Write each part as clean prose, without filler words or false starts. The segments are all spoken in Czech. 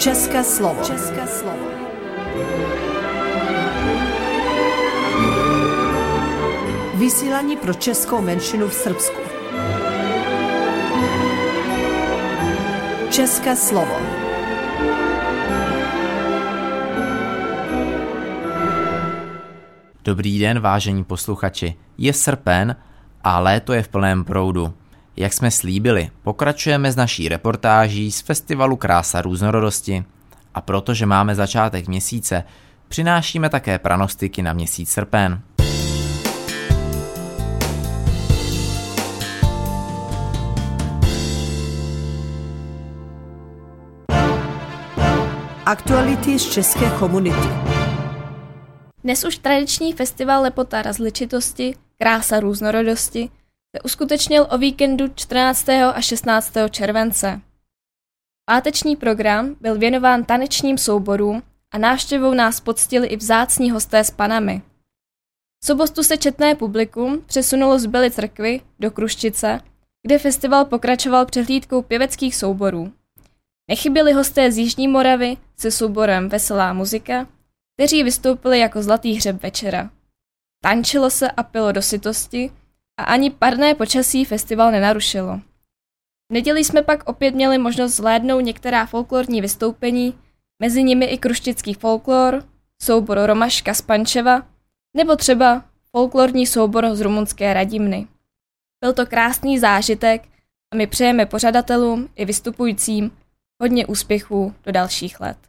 České slovo. České slovo. Vysílání pro českou menšinu v Srbsku. České slovo. Dobrý den, vážení posluchači. Je srpen a léto je v plném proudu. Jak jsme slíbili, pokračujeme s naší reportáží z festivalu Krása různorodosti. A protože máme začátek měsíce, přinášíme také pranostiky na měsíc srpen. Aktuality z české komunity. Dnes už tradiční festival Lepota rozličitosti, Krása různorodosti se uskutečnil o víkendu 14. a 16. července. Páteční program byl věnován tanečním souborům a návštěvou nás poctili i vzácní hosté s panami. V sobotu se četné publikum přesunulo z Bely Crkvy do Kruščice, kde festival pokračoval přehlídkou pěveckých souborů. Nechyběli hosté z Jižní Moravy se souborem Veselá muzika, kteří vystoupili jako zlatý hřeb večera. Tančilo se a pilo do sytosti a ani parné počasí festival nenarušilo. V neděli jsme pak opět měli možnost zhlédnout některá folklorní vystoupení, mezi nimi i kruščický folklor, soubor Romaška z Pančeva, nebo třeba folklorní soubor z rumunské Radimny. Byl to krásný zážitek a my přejeme pořadatelům i vystupujícím hodně úspěchů do dalších let.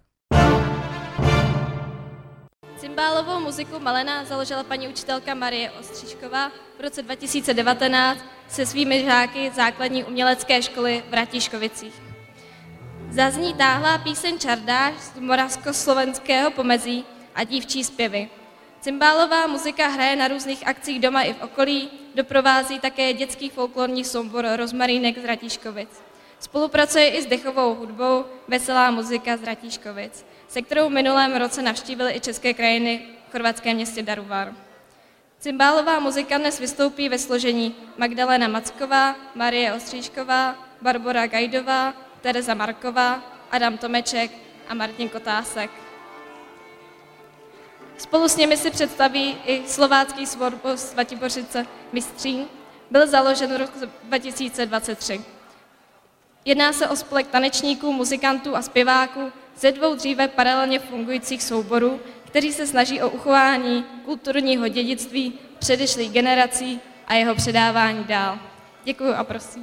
Cymbálovou muziku Malena založila paní učitelka Marie Ostříšková v roce 2019 se svými žáky základní umělecké školy v Ratíškovicích. Zazní táhlá píseň Čardáš z moravskoslovenského pomezí a dívčí zpěvy. Cymbálová muzika hraje na různých akcích doma i v okolí, doprovází také dětský folklorní soubor Rozmarínek z Ratíškovic. Spolupracuje i s dechovou hudbou Veselá muzika z Ratíškovic, se kterou v minulém roce navštívili i české krajiny v chorvatském městě Daruvar. Cymbálová muzika dnes vystoupí ve složení Magdalena Macková, Marie Ostříšková, Barbora Gajdová, Tereza Marková, Adam Tomeček a Martin Kotásek. Spolu s nimi si představí i slovácký sbor Svatibořice Mistřín, byl založen v roku 2023. Jedná se o spolek tanečníků, muzikantů a zpěváků ze dvou dříve paralelně fungujících souborů, kteří se snaží o uchování kulturního dědictví předešlých generací a jeho předávání dál. Děkuji a prosím.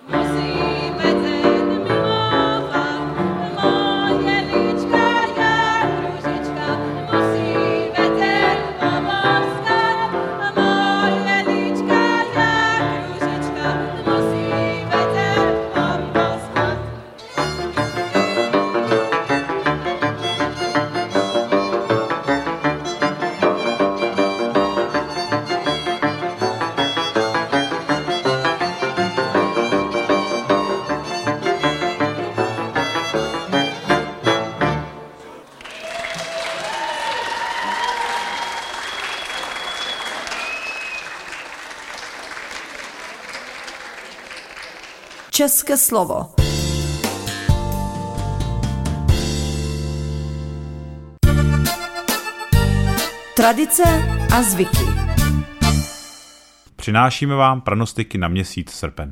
České slovo. Tradice a zvyky. Přinášíme vám pranostiky na měsíc srpen.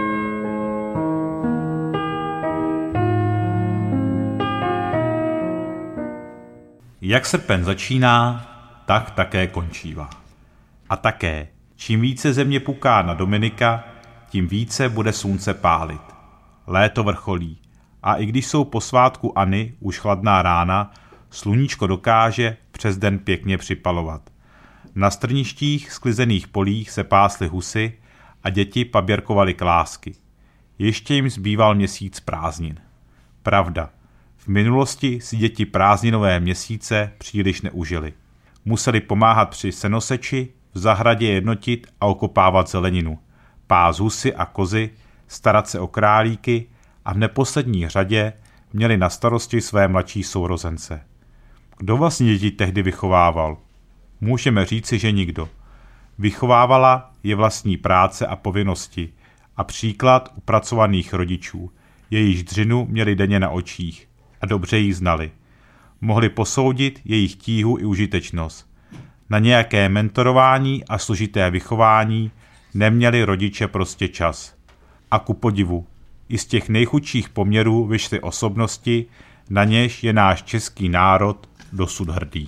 Jak srpen začíná, tak také končívá. A také, čím více země puká na Dominika, tím více bude slunce pálit. Léto vrcholí a i když jsou po svátku Anny už chladná rána, sluníčko dokáže přes den pěkně připalovat. Na strništích sklizených polích se pásly husy a děti paběrkovaly klásky. Ještě jim zbýval měsíc prázdnin. Pravda, v minulosti si děti prázdninové měsíce příliš neužili. Museli pomáhat při senoseči, v zahradě jednotit a okopávat zeleninu, pást husy a kozy, starat se o králíky a v neposlední řadě měli na starosti své mladší sourozence. Kdo vlastně děti tehdy vychovával? Můžeme říci, že nikdo. Vychovávala je vlastní práce a povinnosti a příklad upracovaných rodičů, jejíž dřinu měli denně na očích a dobře ji znali. Mohli posoudit jejich tíhu i užitečnost. Na nějaké mentorování a složité vychování neměli rodiče prostě čas. A ku podivu, i z těch nejchudších poměrů vyšly osobnosti, na něž je náš český národ dosud hrdý.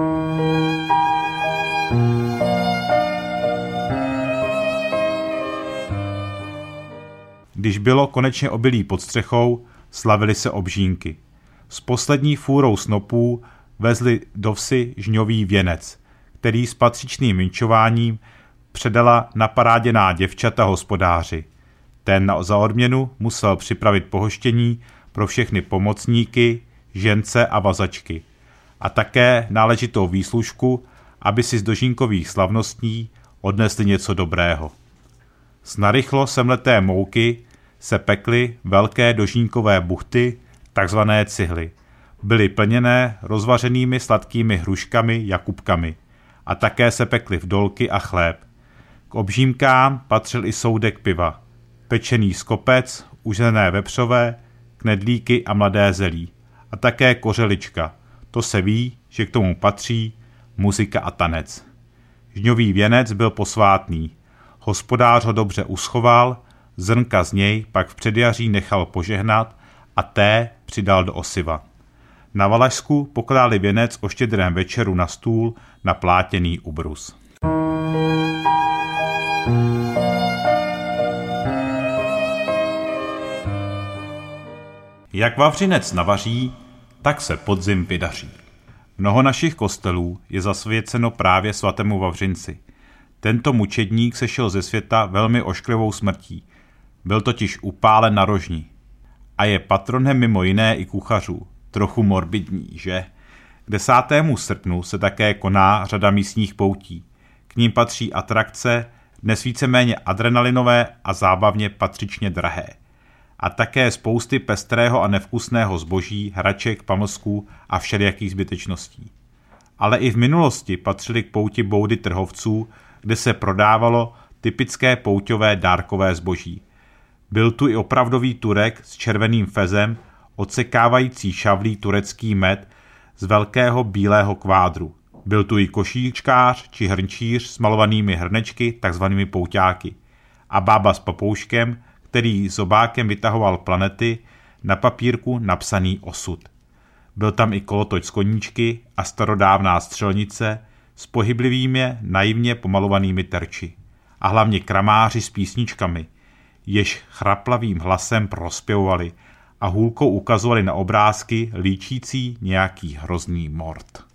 Když bylo konečně obilí pod střechou, slavily se obžínky. S poslední fůrou snopů vezli do vsi žňový věnec, který s patřičným vinčováním předala naparáděná děvčata hospodáři. Ten za odměnu musel připravit pohoštění pro všechny pomocníky, žence a vazačky a také náležitou výslužku, aby si z dožínkových slavností odnesli něco dobrého. Z narychlo semleté mouky se pekly velké dožínkové buchty, takzvané cihly. Byly plněné rozvařenými sladkými hruškami, jakubkami a také se pekly vdolky a chléb. K obžímkám patřil i soudek piva, pečený skopec, užlené vepřové, knedlíky a mladé zelí a také kořelička. To se ví, že k tomu patří muzika a tanec. Žňový věnec byl posvátný. Hospodář ho dobře uschoval, zrnka z něj pak v předjaří nechal požehnat a té přidal do osiva. Na Valašsku pokládali věnec o štědrém večeru na stůl na plátěný ubrus. Jak vavřinec navaří, tak se podzim vydaří. Mnoho našich kostelů je zasvěceno právě svatému Vavřinci. Tento mučedník sešel ze světa velmi ošklivou smrtí. Byl totiž upálen na rožni. A je patronem mimo jiné i kuchařů. Trochu morbidní, že? K 10. srpnu se také koná řada místních poutí. K ním patří atrakce, dnes víceméně adrenalinové a zábavně patřičně drahé. A také spousty pestrého a nevkusného zboží, hraček, pamlsků a všelijakých zbytečností. Ale i v minulosti patřily k pouti boudy trhovců, kde se prodávalo typické pouťové dárkové zboží. Byl tu i opravdový Turek s červeným fezem, odsekávající šavlí turecký med z velkého bílého kvádru. Byl tu i košíčkář či hrnčíř s malovanými hrnečky, takzvanými pouťáky. A bába s papouškem, který zobákem vytahoval planety, na papírku napsaný osud. Byl tam i kolotoč z koníčky a starodávná střelnice s pohyblivými, naivně pomalovanými terči. A hlavně kramáři s písničkami. jež chraplavým hlasem prospěvovali a hůlkou ukazovali na obrázky líčící nějaký hrozný mord.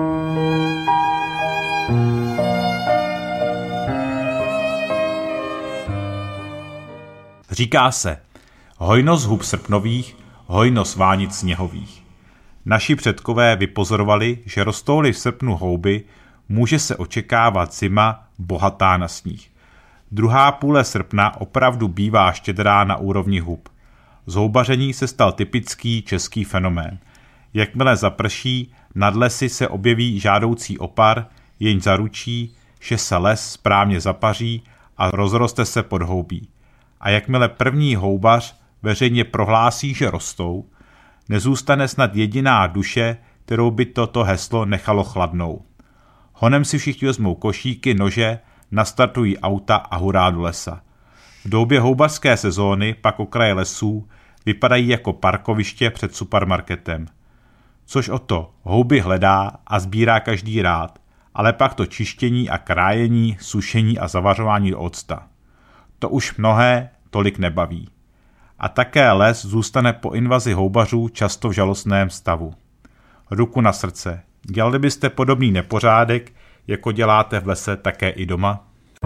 Říká se, hojnost hub srpnových, hojnost vánic sněhových. Naši předkové vypozorovali, že rostou-li v srpnu houby, může se očekávat zima bohatá na sníh. Druhá půle srpna opravdu bývá štědrá na úrovni hub. Z houbaření se stal typický český fenomén. Jakmile zaprší, nad lesy se objeví žádoucí opar, jenž zaručí, že se les správně zapaří a rozroste se podhoubí. A jakmile první houbař veřejně prohlásí, že rostou, nezůstane snad jediná duše, kterou by toto heslo nechalo chladnou. Honem si všichni vezmou košíky, nože, nastartují auta a hurá do lesa. V době houbařské sezóny pak okraje lesů vypadají jako parkoviště před supermarketem. Což o to houby hledá a sbírá každý rád, ale pak to čištění a krájení, sušení a zavařování do octa. To už mnohé tolik nebaví. A také les zůstane po invazi houbařů často v žalostném stavu. Ruku na srdce, dělali byste podobný nepořádek, jako děláte v lese také i doma?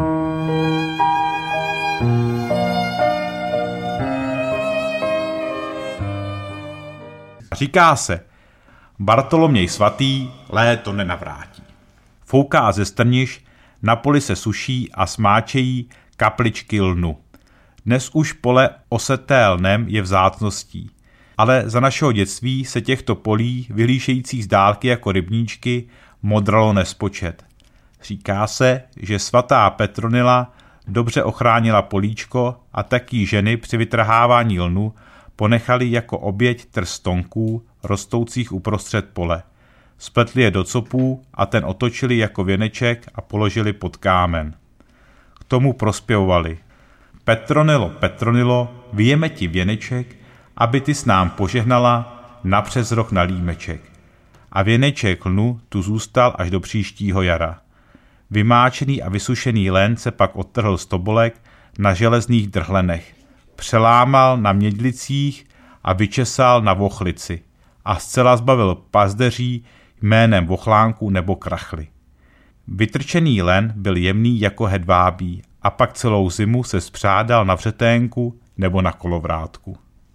Říká se, Bartoloměj svatý léto nenavrátí. Fouká ze strniš, na poli se suší a smáčejí kapličky lnu. Dnes už pole oseté lnem je vzácností, ale za našeho dětství se těchto polí, vyhlížejících z dálky jako rybníčky, modralo nespočet. Říká se, že svatá Petronila dobře ochránila políčko a taky ženy při vytrhávání lnu ponechali jako oběť trst stonků rostoucích uprostřed pole. Spletli je do copů a ten otočili jako věneček a položili pod kámen. K tomu prospěvovali: Petronilo, Petronilo, vyjeme ti věneček, aby ty s nám požehnala napřes rok na límeček. A věneček lnu tu zůstal až do příštího jara. Vymáčený a vysušený len se pak odtrhl z tobolek na železných drhlenech, přelámal na mědlicích a vyčesal na vochlici a zcela zbavil pazdeří jménem vochlánku nebo krachly. Vytrčený len byl jemný jako hedvábí a pak celou zimu se spřádal na vřeténku nebo na kolovrátku.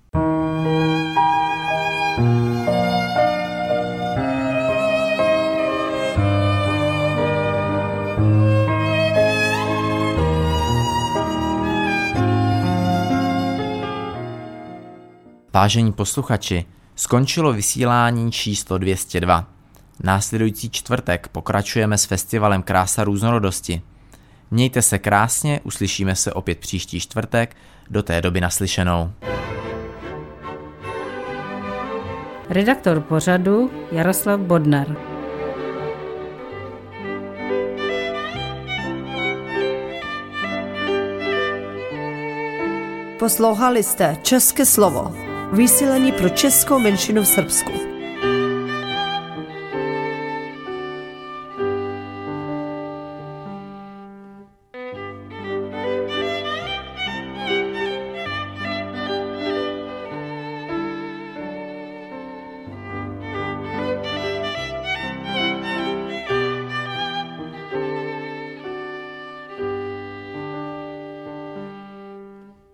Vážení posluchači, skončilo vysílání číslo 202. Následující čtvrtek pokračujeme s festivalem Krása různorodosti. Mějte se krásně, uslyšíme se opět příští čtvrtek, do té doby naslyšenou. Redaktor pořadu Jaroslav Bodnar. Poslouchali jste České slovo, vysílání pro českou menšinu v Srbsku.